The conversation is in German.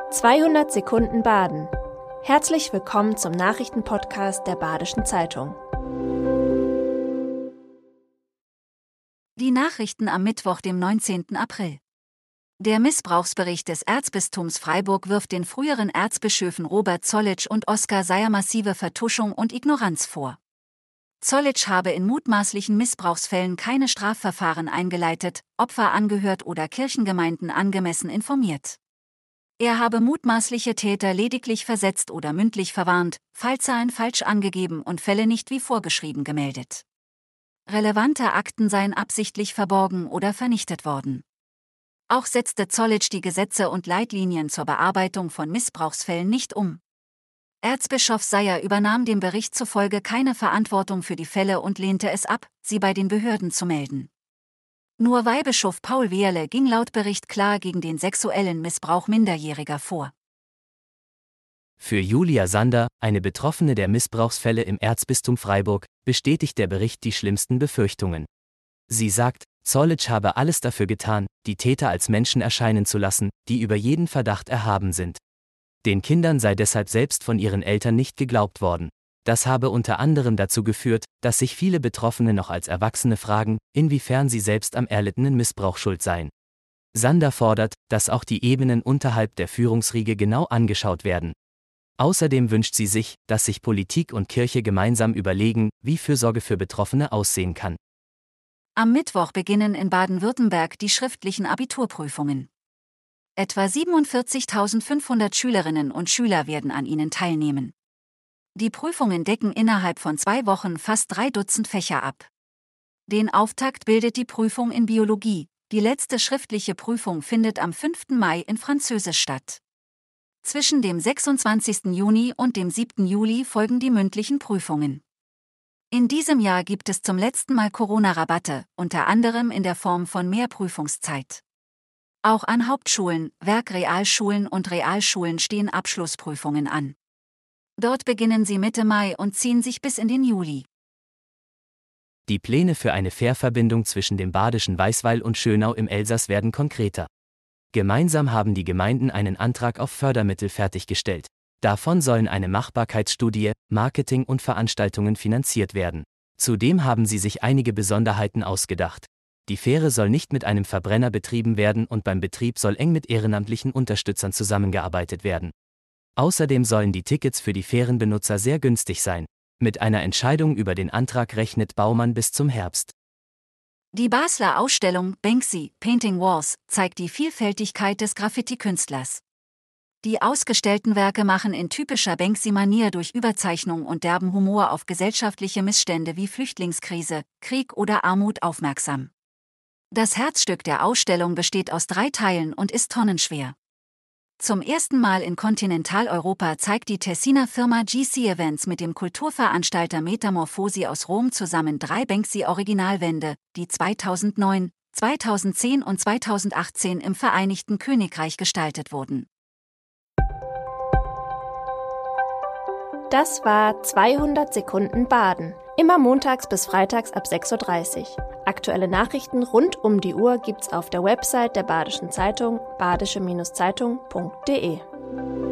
200 Sekunden Baden. Herzlich willkommen zum Nachrichtenpodcast der Badischen Zeitung. Die Nachrichten am Mittwoch, dem 19. April. Der Missbrauchsbericht des Erzbistums Freiburg wirft den früheren Erzbischöfen Robert Zollitsch und Oskar Seyer massive Vertuschung und Ignoranz vor. Zollitsch habe in mutmaßlichen Missbrauchsfällen keine Strafverfahren eingeleitet, Opfer angehört oder Kirchengemeinden angemessen informiert. Er habe mutmaßliche Täter lediglich versetzt oder mündlich verwarnt, Fallzahlen falsch angegeben und Fälle nicht wie vorgeschrieben gemeldet. Relevante Akten seien absichtlich verborgen oder vernichtet worden. Auch setzte Zollitsch die Gesetze und Leitlinien zur Bearbeitung von Missbrauchsfällen nicht um. Erzbischof Seyer übernahm dem Bericht zufolge keine Verantwortung für die Fälle und lehnte es ab, sie bei den Behörden zu melden. Nur Weihbischof Paul Wehrle ging laut Bericht klar gegen den sexuellen Missbrauch Minderjähriger vor. Für Julia Sander, eine Betroffene der Missbrauchsfälle im Erzbistum Freiburg, bestätigt der Bericht die schlimmsten Befürchtungen. Sie sagt, Zollitsch habe alles dafür getan, die Täter als Menschen erscheinen zu lassen, die über jeden Verdacht erhaben sind. Den Kindern sei deshalb selbst von ihren Eltern nicht geglaubt worden. Das habe unter anderem dazu geführt, dass sich viele Betroffene noch als Erwachsene fragen, inwiefern sie selbst am erlittenen Missbrauch schuld seien. Sander fordert, dass auch die Ebenen unterhalb der Führungsriege genau angeschaut werden. Außerdem wünscht sie sich, dass sich Politik und Kirche gemeinsam überlegen, wie Fürsorge für Betroffene aussehen kann. Am Mittwoch beginnen in Baden-Württemberg die schriftlichen Abiturprüfungen. Etwa 47.500 Schülerinnen und Schüler werden an ihnen teilnehmen. Die Prüfungen decken innerhalb von 2 Wochen fast 3 Dutzend Fächer ab. Den Auftakt bildet die Prüfung in Biologie. Die letzte schriftliche Prüfung findet am 5. Mai in Französisch statt. Zwischen dem 26. Juni und dem 7. Juli folgen die mündlichen Prüfungen. In diesem Jahr gibt es zum letzten Mal Corona-Rabatte, unter anderem in der Form von mehr Prüfungszeit. Auch an Hauptschulen, Werkrealschulen und Realschulen stehen Abschlussprüfungen an. Dort beginnen sie Mitte Mai und ziehen sich bis in den Juli. Die Pläne für eine Fährverbindung zwischen dem badischen Weißweil und Schönau im Elsass werden konkreter. Gemeinsam haben die Gemeinden einen Antrag auf Fördermittel fertiggestellt. Davon sollen eine Machbarkeitsstudie, Marketing und Veranstaltungen finanziert werden. Zudem haben sie sich einige Besonderheiten ausgedacht. Die Fähre soll nicht mit einem Verbrenner betrieben werden und beim Betrieb soll eng mit ehrenamtlichen Unterstützern zusammengearbeitet werden. Außerdem sollen die Tickets für die Fährenbenutzer sehr günstig sein. Mit einer Entscheidung über den Antrag rechnet Baumann bis zum Herbst. Die Basler Ausstellung Banksy, Painting Walls zeigt die Vielfältigkeit des Graffiti-Künstlers. Die ausgestellten Werke machen in typischer Banksy-Manier durch Überzeichnung und derben Humor auf gesellschaftliche Missstände wie Flüchtlingskrise, Krieg oder Armut aufmerksam. Das Herzstück der Ausstellung besteht aus 3 Teilen und ist tonnenschwer. Zum ersten Mal in Kontinentaleuropa zeigt die Tessiner Firma GC Events mit dem Kulturveranstalter Metamorphosi aus Rom zusammen 3 Banksy-Originalwände, die 2009, 2010 und 2018 im Vereinigten Königreich gestaltet wurden. Das war 200 Sekunden Baden. Immer montags bis freitags ab 6:30 Uhr. Aktuelle Nachrichten rund um die Uhr gibt's auf der Website der Badischen Zeitung, badische-zeitung.de.